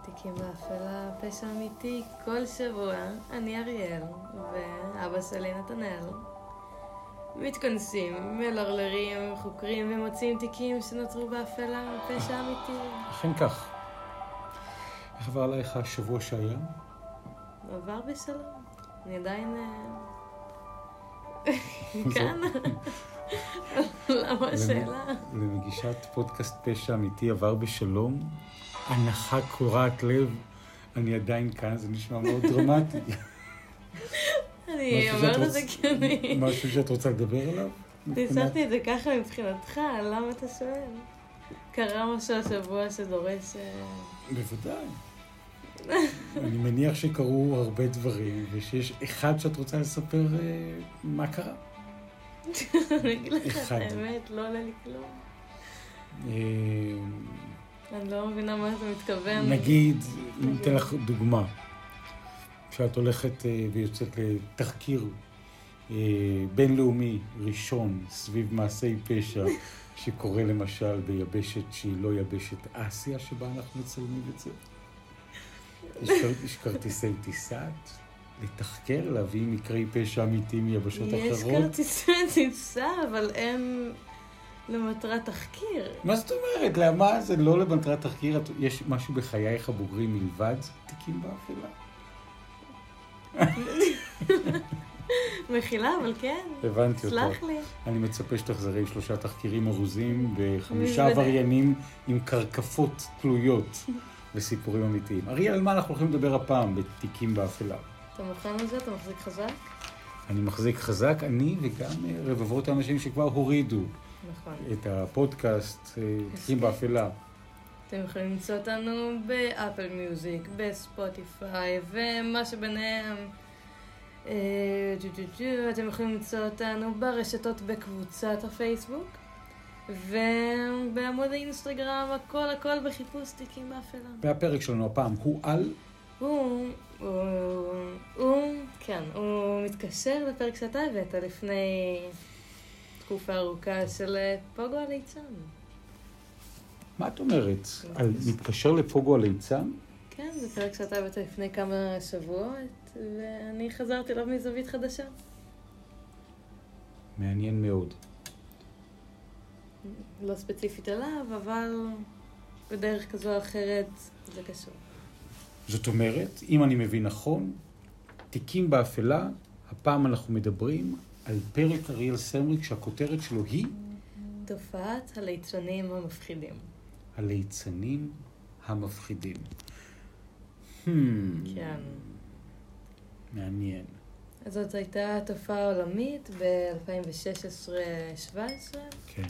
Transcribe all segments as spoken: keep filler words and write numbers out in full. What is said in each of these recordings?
תיקים באפלה, פשע אמיתי, כל שבוע אני אריאל ואבא שלי נתנאל מתכנסים, מלרלרים, חוקרים ומוצאים תיקים שנותרו באפלה, פשע אמיתי. אכן כך. איך עבר עלייך השבוע שהיה? עבר בשלום. אני עדיין כאן. למה השאלה? למגישת פודקאסט פשע אמיתי עבר בשלום, הנחה קורעת לב, אני עדיין כאן, זה נשמע מאוד דרמטי. אני אומרת את זה כי אני... משהו שאת רוצה לדבר עליו? ניסחתי את זה ככה מבחינתך, למה אתה שואל? קרה משהו השבוע שדורש... בוודאי. אני מניח שקרו הרבה דברים, ושיש אחד שאת רוצה לספר מה קרה. אני אגיד לך את האמת, לא עולה לי כלום. אני לא מבינה מה אתה מתכוון. נגיד, ניתן לך דוגמה. כשאת הולכת ויוצאת לתחקיר בינלאומי ראשון סביב מעשי פשע, שקורה למשל ביבשת שהיא לא יבשת אסיה, שבה אנחנו מצלמים את זה. יש כרטיסי טיסת לתחקר, להביא מקרי פשע אמיתי מיבשות אחרות. יש כרטיסי טיסה, אבל הם למטרת תחקיר. מה זאת אומרת? למה זה לא למטרת תחקיר? יש משהו בחייך הבוגרים מלבד תיקים באפלה? מחילה, אבל כן. הבנתי אותך. סלח לי. אני מצפה שתחזרי עם שלושה תחקירים ארוזים וחמישה עבריינים עם קרקפות תלויות וסיפורים אמיתיים. אריאל, על מה אנחנו הולכים לדבר הפעם בתיקים באפלה? אתה מוכן לזה? אתה מחזיק חזק? אני מחזיק חזק, אני וגם רבבות האנשים שכבר הורידו נכון. את הפודקאסט תיקים באפלה. אתם יכולים למצוא אותנו באפל מיוזיק, בספוטיפיי ומה שביניהם. אתם יכולים למצוא אותנו ברשתות בקבוצת הפייסבוק ובעמוד האינסטגרם, הכל הכל בחיפוש תיקים באפלה. והפרק שלנו הפעם הוא על... הוא, הוא, הוא, כן, הוא מתקשר לפרק שאתה הבאת לפני תקופה ארוכה של פוגו הליצן. מה את אומרת? על מתקשר לפוגו הליצן? כן, זה פרק שאתה הבאת לפני כמה שבועות, ואני חזרתי אליו מזווית חדשה. מעניין מאוד. לא ספציפית עליו, אבל בדרך כזו או אחרת זה קשור. זאת אומרת, אם אני מבין נכון, תיקים באפלה, הפעם אנחנו מדברים על פרק אריאל סמריק שהכותרת שלו היא... תופעת הליצנים המפחידים. הליצנים המפחידים. Hmm. כן. מעניין. אז זאת הייתה תופעה עולמית ב-אלפיים ושש עשרה שבע עשרה. כן.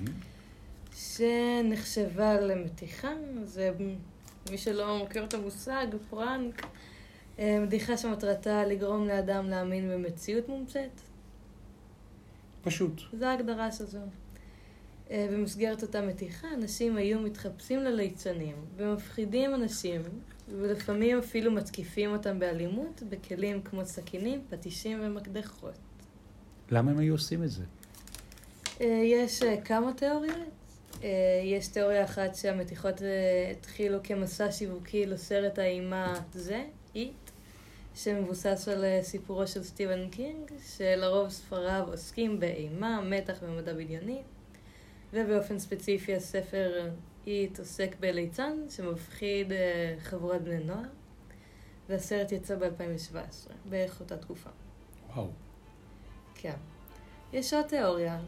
שנחשבה למתיחה. זה, מי שלא מכיר את המושג, פרנק. מתיחה שמטרתה לגרום לאדם להאמין במציאות מומצאת. פשוט. זו ההגדרה של זו. במסגרת אותה מתיחה, אנשים היו מתחפשים לליצנים ומפחידים אנשים, ולפעמים אפילו מתקיפים אותם באלימות בכלים כמו סכינים, פטישים ומקדחות. למה הם היו עושים את זה? יש כמה תיאוריות. יש תיאוריה אחת שהמתיחות התחילו כמסע שיווקי לסרט האימה זה, איט, שמבוסס על סיפורו של סטיבן קינג, שלרוב ספריו עוסקים באימה, מתח ומדע בדיוני. ובאופן ספציפי הספר איט עוסק בליצן שמפחיד חבורת בני נוער, והסרט יצא ב-אלפיים ושבע עשרה, בערך אותה תקופה. וואו. כן. יש עוד תיאוריה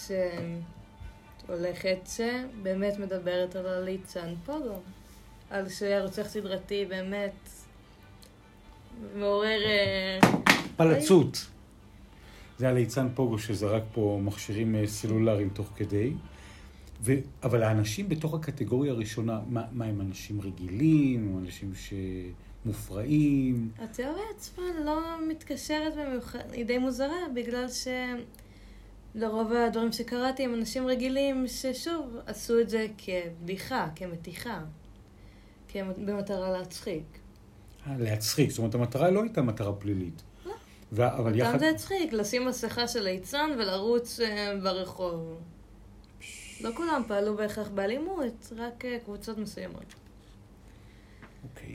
שהולכת שבאמת מדברת על הליצן פוגו, על שהיה רוצח סדרתי באמת מעורר... פלצות. זה הליצן פוגו שזרק פה מכשירים סלולריים תוך כדי. ו... אבל האנשים בתוך הקטגוריה הראשונה, מה, מה הם אנשים רגילים, אנשים שמופרעים? התיאוריה עצמה לא מתקשרת במיוחד, היא די מוזרה, בגלל שלרוב הדברים שקראתי הם אנשים רגילים ששוב עשו את זה כבדיחה, כמתיחה, במטרה להצחיק. להצחיק, זאת אומרת המטרה לא הייתה מטרה פלילית. לא. ו... אבל אותם יחד... זה הצחיק, לשים מסכה של ליצן ולרוץ ברחוב. לא כולם פעלו בהכרח באלימות, רק קבוצות מסוימות. אוקיי.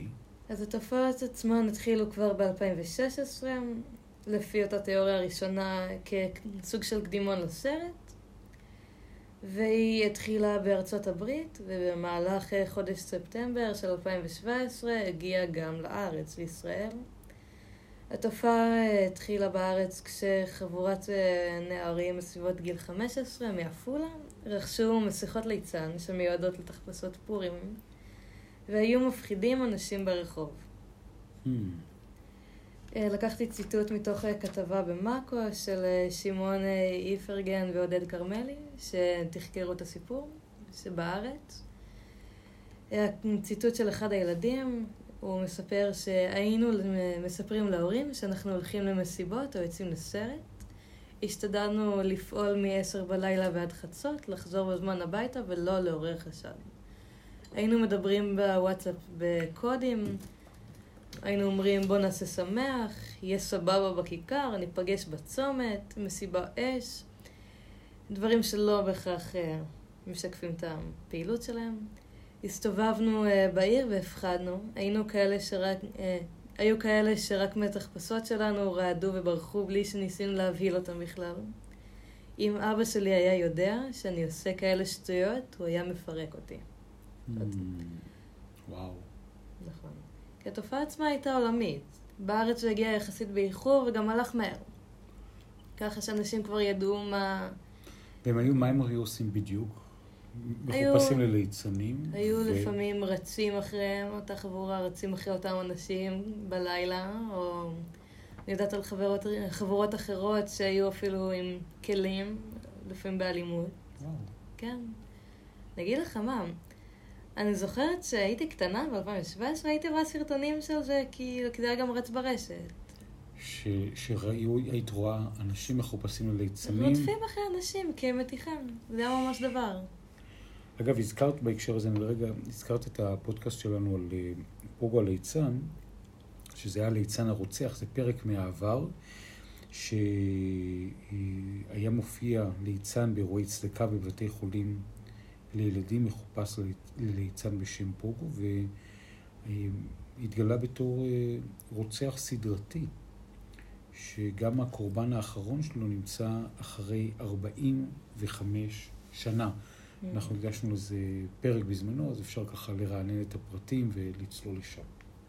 אז התופעות עצמן התחילו כבר ב-אלפיים ושש עשרה, לפי אותה תיאוריה הראשונה כסוג של קדימון לסרט, והיא התחילה בארצות הברית, ובמהלך חודש ספטמבר של אלפיים שבע עשרה הגיעה גם לארץ, לישראל. התופעה התחילה בארץ כשחבורת נערים בסביבות גיל חמש עשרה מעפולה רכשו מסכות ליצן שמיועדות לתחפושות פורים, והיו מפחידים אנשים ברחוב. Hmm. לקחתי ציטוט מתוך כתבה במאקו של שמעון איפרגן ועודד קרמלי, שתחקרו את הסיפור שבארץ. ציטוט של אחד הילדים, הוא מספר שהיינו מספרים להורים שאנחנו הולכים למסיבות או יוצאים לסרט. השתדלנו לפעול מ-עשר בלילה ועד חצות, לחזור בזמן הביתה ולא לעורר חשד. היינו מדברים בוואטסאפ בקודים, היינו אומרים בוא נעשה שמח, יהיה סבבה בכיכר, ניפגש בצומת, מסיבה אש, דברים שלא בהכרח משקפים את הפעילות שלהם. הסתובבנו בעיר והפחדנו, היינו כאלה שרק, היו כאלה שרק מתחפשות שלנו רעדו וברחו בלי שניסינו להבהיל אותם בכלל. אם אבא שלי היה יודע שאני עושה כאלה שטויות, הוא היה מפרק אותי. וואו. נכון. כי התופעה עצמה הייתה עולמית. בארץ זה הגיע יחסית באיחור וגם הלך מהר. ככה שאנשים כבר ידעו מה... והם היו, מה הם היו עושים בדיוק? מחופשים לליצנים? היו ו... לפעמים רצים אחריהם, אותה חבורה רצים אחרי אותם אנשים בלילה, או אני יודעת על חברות, חברות אחרות שהיו אפילו עם כלים, לפעמים באלימות. וואו. כן. נגיד לך מה, אני זוכרת שהייתי קטנה ב-אלפיים שבע עשרה, הייתי רואה סרטונים של זה, כי זה היה גם רץ ברשת. ש... שראיו, היית רואה אנשים מחופשים לליצנים? רודפים אחרי אנשים כמתיחה, זה היה ממש דבר. אגב, הזכרת בהקשר הזה, אני לרגע, הזכרת את הפודקאסט שלנו על פוגו הליצן, שזה היה ליצן הרוצח, זה פרק מהעבר, שהיה מופיע ליצן באירועי צדקה בבתי חולים לילדים מחופש לליצן בשם פוגו, והתגלה בתור רוצח סדרתי, שגם הקורבן האחרון שלו נמצא אחרי ארבעים וחמש שנה. אנחנו הגשנו לזה פרק בזמנו, אז אפשר ככה לרענן את הפרטים ולצלול לשם.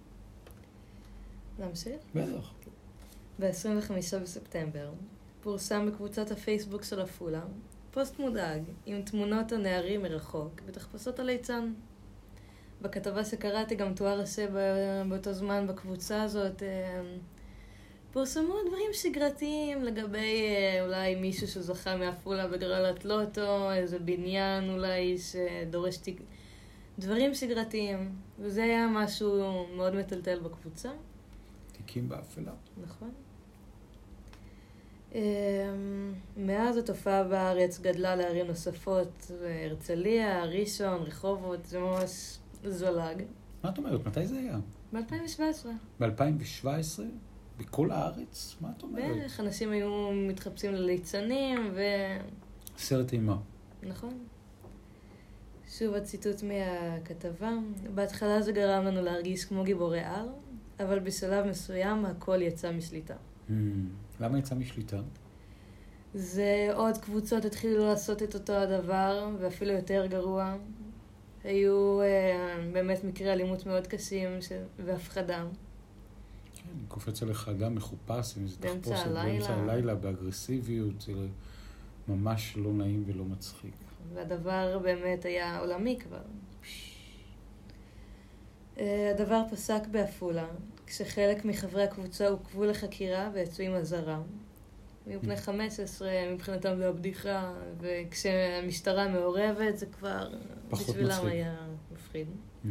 להמשיך? בטח. ב-עשרים וחמישה בספטמבר פורסם בקבוצת הפייסבוק של עפולה פוסט מודאג עם תמונות הנערים מרחוק בתחפושות הליצן. בכתבה שקראתי גם תואר עשה באותו זמן בקבוצה הזאת, פורסמו דברים שגרתיים לגבי אולי מישהו שזכה מעפולה בגרלת לוטו, איזה בניין אולי שדורש תיק... דברים שגרתיים, וזה היה משהו מאוד מטלטל בקבוצה. תיקים באפלה. נכון. מאז התופעה בארץ גדלה לערים נוספות, הרצליה, ראשון, רחובות, זה ממש זולג. מה את אומרת? מתי זה היה? ב-אלפיים שבע עשרה. ב-אלפיים שבע עשרה? בכל הארץ? מה את אומרת? בערך, אנשים היו מתחפשים לליצנים ו... סרט אימה. נכון. שוב הציטוט מהכתבה. בהתחלה זה גרם לנו להרגיש כמו גיבורי על, אבל בשלב מסוים הכל יצא משליטה. Hmm. למה יצא משליטה? זה עוד קבוצות התחילו לעשות את אותו הדבר, ואפילו יותר גרוע. היו אה, באמת מקרי אלימות מאוד קשים ש... והפחדה. כן, קופץ עליך אדם מחופש, עם איזה באמצע תחפושת באמצע הלילה, באגרסיביות, זה ממש לא נעים ולא מצחיק. והדבר באמת היה עולמי כבר. הדבר פסק בעפולה, כשחלק מחברי הקבוצה עוכבו לחקירה ויצאו עם אזהרה. מפני חמש עשרה מבחינתם זה הבדיחה, וכשהמשטרה מעורבת זה כבר בשבילם היה מפחיד.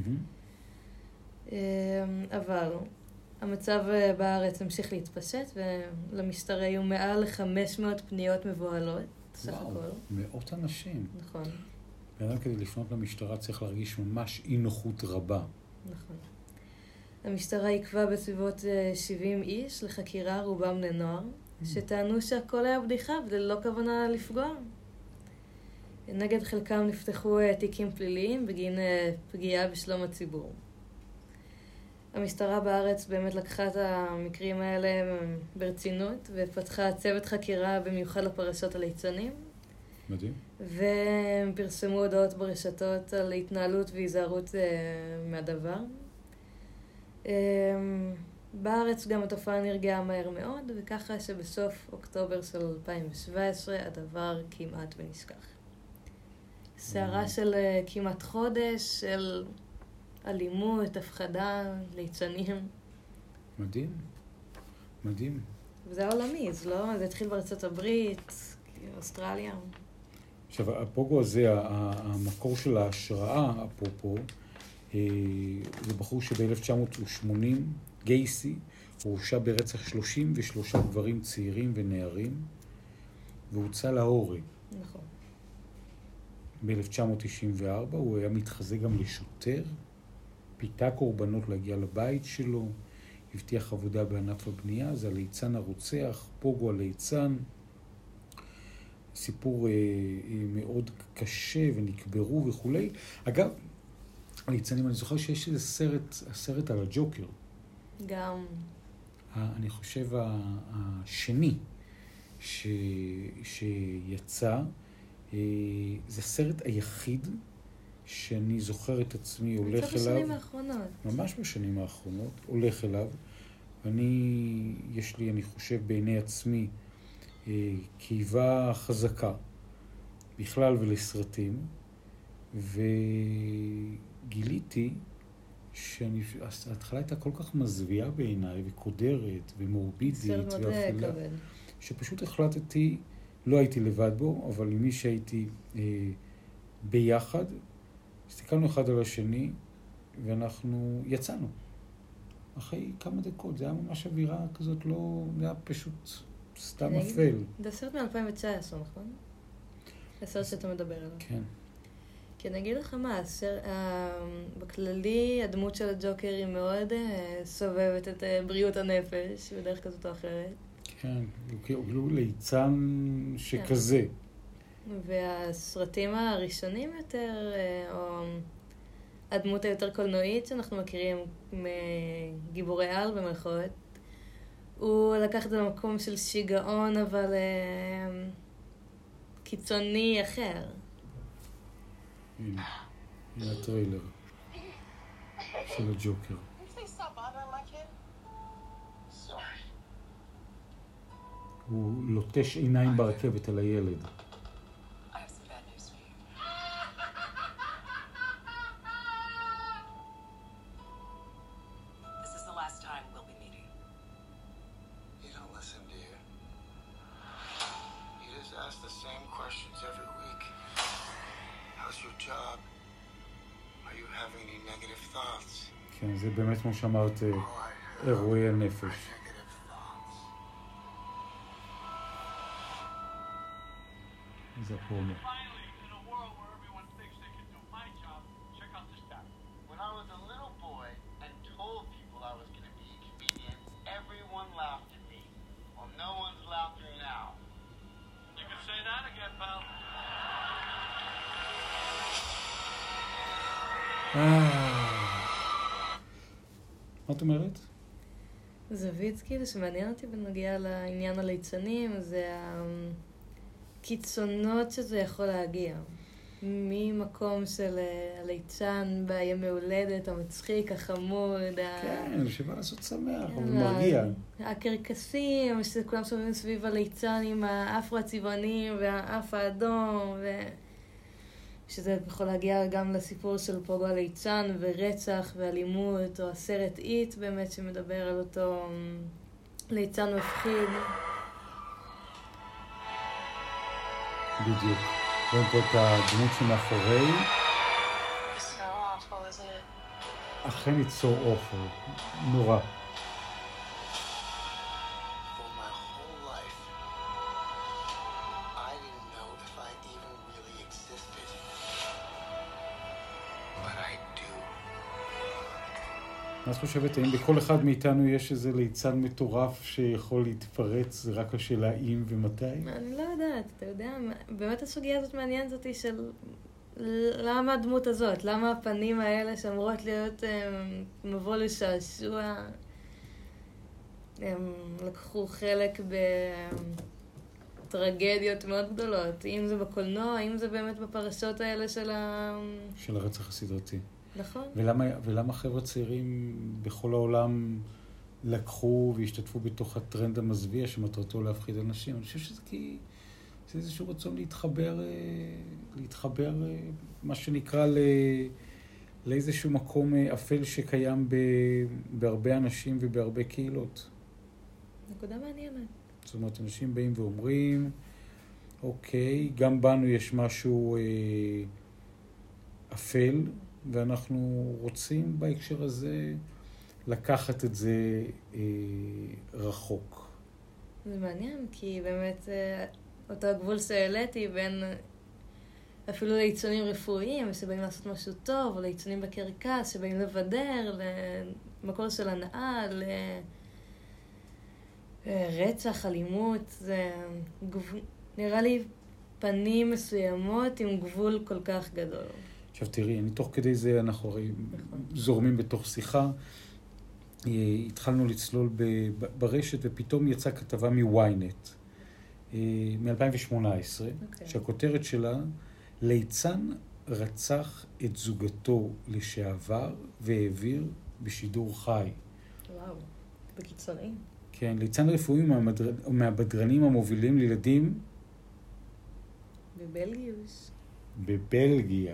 אבל המצב בארץ המשיך להתפשט, ולמשטרה היו מעל חמש מאות פניות מבועלות, סך הכל. וואו, מאות אנשים. נכון. ואדם כדי לפנות למשטרה צריך להרגיש ממש אי נוחות רבה. נכון. המשטרה עיכבה בסביבות שבעים איש לחקירה, רובם לנוער, שטענו שהכל היה בדיחה וללא כוונה לפגוע. נגד חלקם נפתחו תיקים פליליים בגין פגיעה בשלום הציבור. המשטרה בארץ באמת לקחה את המקרים האלה ברצינות, ופתחה צוות חקירה במיוחד לפרשות הליצנים. מדהים. והם פרסמו הודעות ברשתות על התנהלות והיזהרות מהדבר. בארץ גם התופעה נרגעה מהר מאוד, וככה שבסוף אוקטובר של אלפיים שבע עשרה הדבר כמעט ונשכח. סערה של כמעט חודש, של אלימות, הפחדה, ליצנים. מדהים, מדהים. וזה עולמי, זה לא, זה התחיל בארצות הברית, אוסטרליה. עכשיו, הפוגו הזה, המקור של ההשראה, אפרופו, זה בחור שב-אלף תשע מאות ושמונים, גייסי, הוא הורשע ברצח שלושים ושלושה גברים צעירים ונערים, והוצא להורג. נכון. ב-אלף תשע מאות תשעים וארבע הוא היה מתחזה גם לשוטר, פיתה קורבנות להגיע לבית שלו, הבטיח עבודה בענף הבנייה, זה הליצן הרוצח, פוגו הליצן. סיפור אה, אה, מאוד קשה ונקברו וכולי. אגב, הליצנים, אני זוכר שיש איזה סרט, הסרט על הג'וקר. גם. אני חושב השני ש, שיצא, אה, זה הסרט היחיד שאני זוכר את עצמי הולך אליו. בשנים האחרונות. ממש בשנים האחרונות, הולך אליו. אני, יש לי, אני חושב בעיני עצמי, קיבה חזקה בכלל ולסרטים, וגיליתי שההתחלה הייתה כל כך מזוויעה בעיניי וקודרת ומורבידית ואפלה, שפשוט החלטתי, לא הייתי לבד בו, אבל עם מי שהייתי אה, ביחד, הסתכלנו אחד על השני ואנחנו יצאנו אחרי כמה דקות. זה היה ממש אווירה כזאת, לא, זה היה פשוט סתם אפל. זה הסרט מ-אלפיים תשע עשרה, נכון? הסרט שאתה מדבר עליו. כן. כי אני אגיד לך מה, הסר... בכללי הדמות של הג'וקר היא מאוד סובבת את בריאות הנפש, בדרך כזאת או אחרת. כן, הוא ליצן שכזה. והסרטים הראשונים יותר, או הדמות היותר קולנועית שאנחנו מכירים מגיבורי על במרכאות, הוא לקח את זה למקום של שיגעון, אבל uh, קיצוני אחר. הנה, הנה הטריילר של הג'וקר. הוא לוטש עיניים ברכבת על הילד. כן, זה באמת כמו שאמרת, אירועי הנפש. זה הפרומו. מה את אומרת? זווית כאילו שמעניין אותי בנוגע לעניין הליצנים, זה הקיצונות שזה יכול להגיע. ממקום של הליצן בימי הולדת, המצחיק, החמוד. כן, שבא לעשות שמח, אבל מרגיע. הקרקסים, שכולם סובבים סביב הליצן עם האפרו הצבעוני והאף האדום, ו... שזה יכול להגיע גם לסיפור של פוגו הליצן ורצח ואלימות, או הסרט איט באמת שמדבר על אותו ליצן מפחיד. בדיוק. רואים פה את הדמות שמאחורי. אכן it's so awful. נורא. מה את חושבת, האם בכל אחד מאיתנו יש איזה ליצן מטורף שיכול להתפרץ, זה רק השאלה אם ומתי? אני לא יודעת, אתה יודע, באמת הסוגיה הזאת מעניינת אותי של למה הדמות הזאת? למה הפנים האלה שאמורות להיות הם, מבוא לשעשוע, הם לקחו חלק בטרגדיות מאוד גדולות, אם זה בקולנוע, אם זה באמת בפרשות האלה של ה... של הרצח הסדרתי. נכון. ולמה, ולמה חבר'ה צעירים בכל העולם לקחו והשתתפו בתוך הטרנד המזוויע שמטרתו להפחיד אנשים? אני חושב שזה כי זה איזשהו רצון להתחבר, להתחבר, מה שנקרא, ל... לאיזשהו מקום אפל שקיים ב... בהרבה אנשים ובהרבה קהילות. נקודה מעניינת. זאת אומרת, אנשים באים ואומרים, אוקיי, גם בנו יש משהו אה, אפל, ואנחנו רוצים בהקשר הזה לקחת את זה אה, רחוק. זה מעניין, כי באמת אה, אותו הגבול שהעליתי בין אפילו ליצונים רפואיים שבאים לעשות משהו טוב, או ליצונים בקרקס שבאים לבדר, למקור של הנאה, לרצח, אלימות, זה גב... נראה לי פנים מסוימות עם גבול כל כך גדול. עכשיו תראי, אני תוך כדי זה, אנחנו הרי נכון. זורמים בתוך שיחה, התחלנו לצלול ברשת ופתאום יצאה כתבה מ-ynet מ-אלפיים שמונה עשרה, okay. שהכותרת שלה, ליצן רצח את זוגתו לשעבר והעביר בשידור חי. וואו, בקיצוני. כן, ליצן רפואי מהבדרנים המובילים לילדים בבלגיוס. בבלגיה.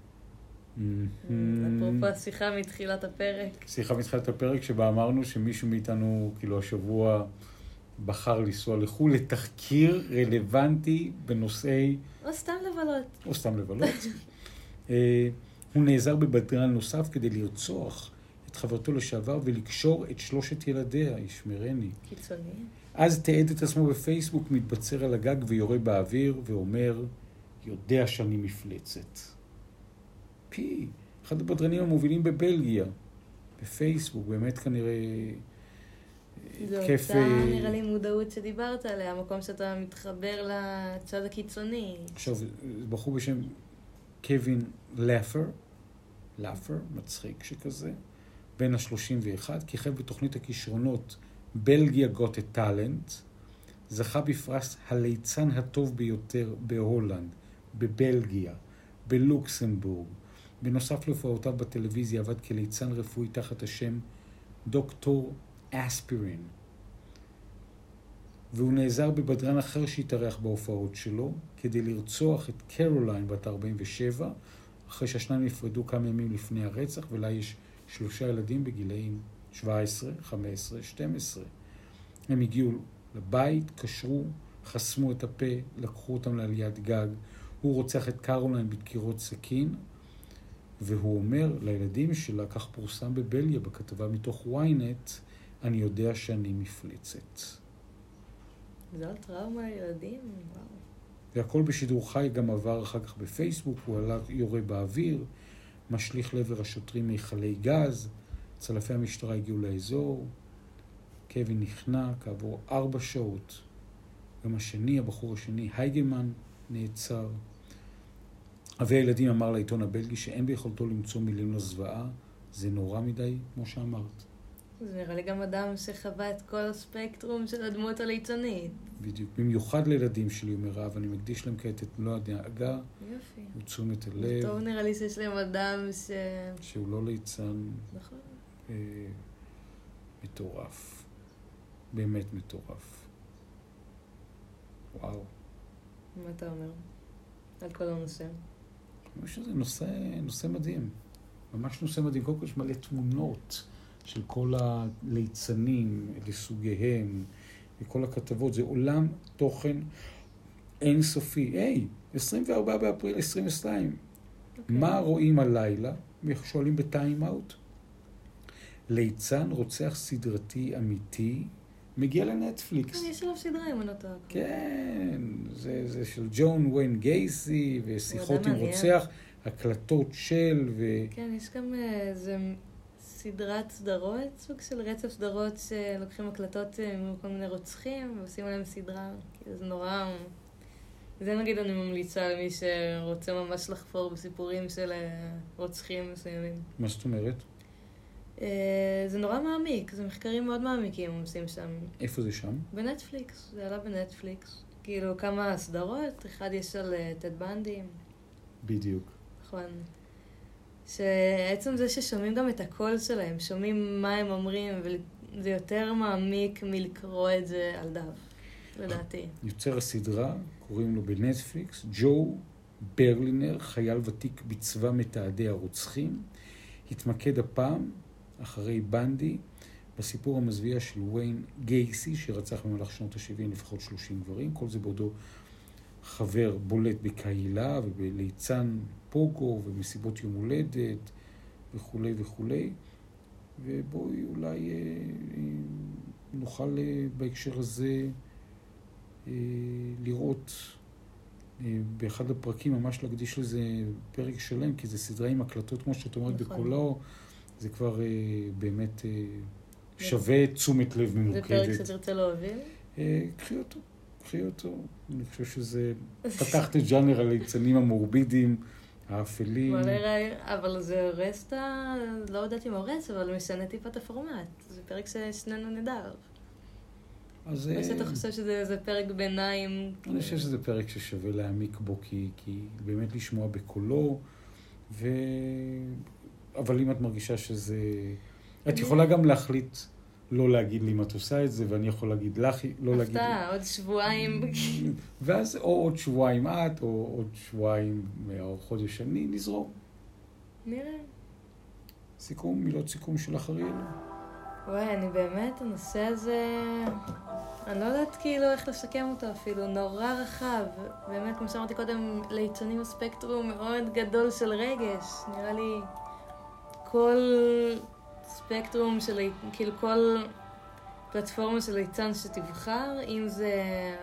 אפרופו השיחה מתחילת הפרק. שיחה מתחילת הפרק שבה אמרנו שמישהו מאיתנו, כאילו השבוע, בחר לנסוע לחו"ל לתחקיר רלוונטי בנושאי... או סתם לבלות. או סתם לבלות. הוא נעזר בבדרן נוסף כדי לרצוח את חברתו לשעבר ולקשור את שלושת ילדיה, ישמרני. קיצוני. אז תיעד את עצמו בפייסבוק, מתבצר על הגג ויורה באוויר ואומר, יודע שאני מפלצת. פי, אחד הבדרנים המובילים בבלגיה, בפייסבוק, באמת כנראה כיף... זו אותה נראה לי מודעות שדיברת עליה, המקום שאתה מתחבר לצד הקיצוני. עכשיו, בחור בשם קווין לאפר, לאפר, מצחיק שכזה, בן ה-שלושים ואחת, כיכב בתוכנית הכישרונות בלגיה גוט טאלנט, זכה בפרס הליצן הטוב ביותר בהולנד, בבלגיה, בלוקסמבורג. בנוסף להופעותיו בטלוויזיה עבד כליצן רפואי תחת השם דוקטור אספירין. והוא נעזר בבדרן אחר שהתארח בהופעות שלו כדי לרצוח את קרוליין בת ארבעים ושבע, אחרי שהשניים נפרדו כמה ימים לפני הרצח, ולה יש שלושה ילדים בגילאים שבע עשרה, חמש עשרה, שתים עשרה. הם הגיעו לבית, קשרו, חסמו את הפה, לקחו אותם לעליית גג. הוא רוצח את קרוליין בדקירות סכין, והוא אומר לילדים שלה, כך פורסם בבלגיה בכתבה מתוך ynet, אני יודע שאני מפלצת. זה על טראומה ילדים? וואו. והכל בשידור חי גם עבר אחר כך בפייסבוק, הוא עלה יורה באוויר, משליך לעבר השוטרים מיכלי גז, צלפי המשטרה הגיעו לאזור, קווין נכנע כעבור ארבע שעות. גם השני, הבחור השני, הייגמן, נעצר. אבי הילדים אמר לעיתון הבלגי שאין ביכולתו למצוא מילים לזוועה, זה נורא מדי, כמו שאמרת. זה נראה לי גם אדם שחווה את כל הספקטרום של הדמות הליצנית. בדיוק. במיוחד לילדים שלי, אומר רב, אני מקדיש להם כעת את מלוא הדאגה. יופי. ותשומת הלב. טוב נראה לי שיש להם אדם ש... שהוא לא ליצן. נכון. אה, מטורף. באמת מטורף. וואו. מה אתה אומר? על כל הנושא. אני חושב שזה נושא, נושא מדהים. ממש נושא מדהים. קודם כל יש מלא תמונות של כל הליצנים לסוגיהם וכל הכתבות. זה עולם תוכן אינסופי. היי, עשרים וארבעה באפריל עשרים עשרים. Okay. מה רואים הלילה? שואלים בטיים אאוט. ליצן רוצח סדרתי אמיתי מגיע לנטפליקס. כן, יש עליו סדרה עם הנותק. כן, זה, זה של ג'ון וויין גייסי, ושיחות עם רוצח, הקלטות של ו... כן, יש גם איזה סדרת סדרות, סוג של רצף סדרות שלוקחים הקלטות עם כל מיני רוצחים, ועושים עליהם סדרה, כי זה נורא זה נגיד אני ממליצה למי שרוצה ממש לחפור בסיפורים של רוצחים מסוימים. מה זאת אומרת? זה נורא מעמיק, זה מחקרים מאוד מעמיקים הם עושים שם. איפה זה שם? בנטפליקס, זה עלה בנטפליקס. כאילו כמה סדרות, אחד יש על טד בנדי. בדיוק. נכון. שעצם זה ששומעים גם את הקול שלהם, שומעים מה הם אומרים, וזה יותר מעמיק מלקרוא את זה על דף, לדעתי. יוצר הסדרה, קוראים לו בנטפליקס, ג'ו ברלינר, חייל ותיק בצבא מתעדי הרוצחים, התמקד הפעם, אחרי בנדי, בסיפור המזוויע של ויין גייסי, שרצח במהלך שנות ה-שבעים לפחות שלושים גברים, כל זה בעודו חבר בולט בקהילה ובליצן פוגו ומסיבות יום הולדת וכו' וכו'. ובואי אולי אה, נוכל אה, בהקשר הזה אה, לראות אה, באחד הפרקים ממש להקדיש לזה פרק שלם, כי זה סדרה עם הקלטות כמו שאת אומרת נכון. בקולו, זה כבר אה, באמת אה, שווה תשומת לב ממוקדת. זה פרק שתרצה להוביל? אה, קחי אותו. קחי אותו. אני חושב שזה פתח את ג'אנר הליצנים המורבידים, האפלים. אבל זה הורס את ה... לא יודעת אם הורס, אבל משנה טיפה את הפורמט. זה פרק ששנינו נדע. אז... או שאתה חושב שזה פרק ביניים? אני חושב שזה פרק ששווה להעמיק בו, כי, כי באמת לשמוע בקולו, ו... אבל אם את מרגישה שזה... את יכולה גם להחליט לא להגיד לי אם את עושה את זה, ואני יכול להגיד לך, לא להגיד... הפתעה, עוד שבועיים. ואז או עוד שבועיים את, או עוד שבועיים, או חודש אני, נזרום. נראה. סיכום, מילות סיכום של אריאל. וואי, אני באמת, הנושא הזה... אני לא יודעת כאילו איך לשקם אותו אפילו, נורא רחב. באמת, כמו שאמרתי קודם, ליצנים הספקטרום מאוד גדול של רגש. נראה לי כל ספקטרום של, כאילו כל פלטפורמה של ליצן שתבחר, אם זה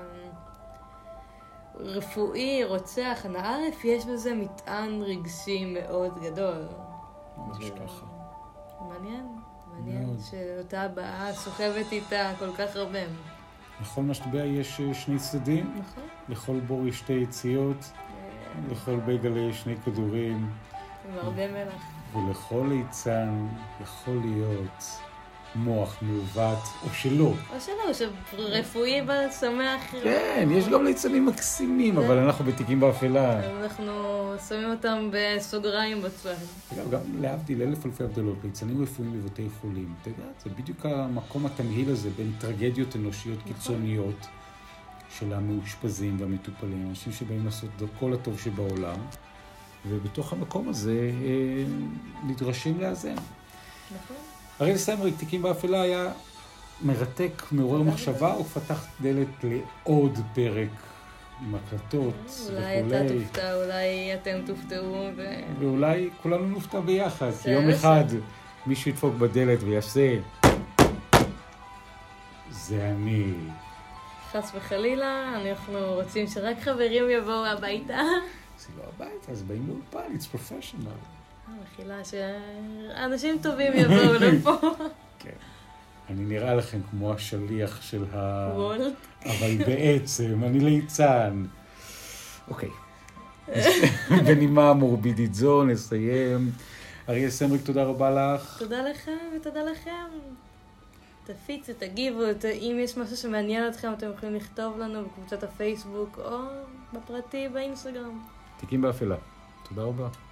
רפואי, רוצח, הנערף, יש בזה מטען רגשי מאוד גדול. ממש ככה. מעניין, מעניין שאותה הבאה סוחבת איתה כל כך הרבה. לכל משטבע יש שני צדדים, נכון. לכל בור יש שתי יציאות, לכל בגלה יש שני כדורים. והרבה מלח. ולכל ליצן יכול להיות מוח מעוות, או שלא. או שלא, שרפואי בשמח. כן, יש גם ליצנים מקסימים, אבל אנחנו בתיקים באפלה. אנחנו שמים אותם בסוגריים בצד. גם להבדיל אלף אלפי הבדלות, ליצנים רפואיים בבתי חולים. אתה יודע, זה בדיוק המקום התמהיל הזה בין טרגדיות אנושיות קיצוניות של המאושפזים והמטופלים, אנשים שבאים לעשות כל הטוב שבעולם. ובתוך המקום הזה נדרשים לאזן. נכון. אריאל סטיינברג, תיקים באפלה, היה מרתק, מעורר מחשבה, ופתח דלת לעוד פרק עם הקלטות וכו'. אולי אתה תופתע, אולי אתם תופתעו. ואולי כולנו נופתע ביחד. יום אחד מישהו ידפוק בדלת ויעשה, זה אני. חס וחלילה, אנחנו רוצים שרק חברים יבואו הביתה. זה לא הביתה, אז באים לאולפן, it's professional. מחילה שאנשים טובים יבואו לפה. כן. אני נראה לכם כמו השליח של ה... וולט. אבל בעצם, אני ליצן. אוקיי. בנימה מורבידית זו, נסיים. אריאל סטיינברג, תודה רבה לך. תודה לך ותודה לכם. תפיצו, תגיבו, אם יש משהו שמעניין אתכם, אתם יכולים לכתוב לנו בקבוצת הפייסבוק או בפרטי באינסטגרם. תיקים באפלה. תודה רבה.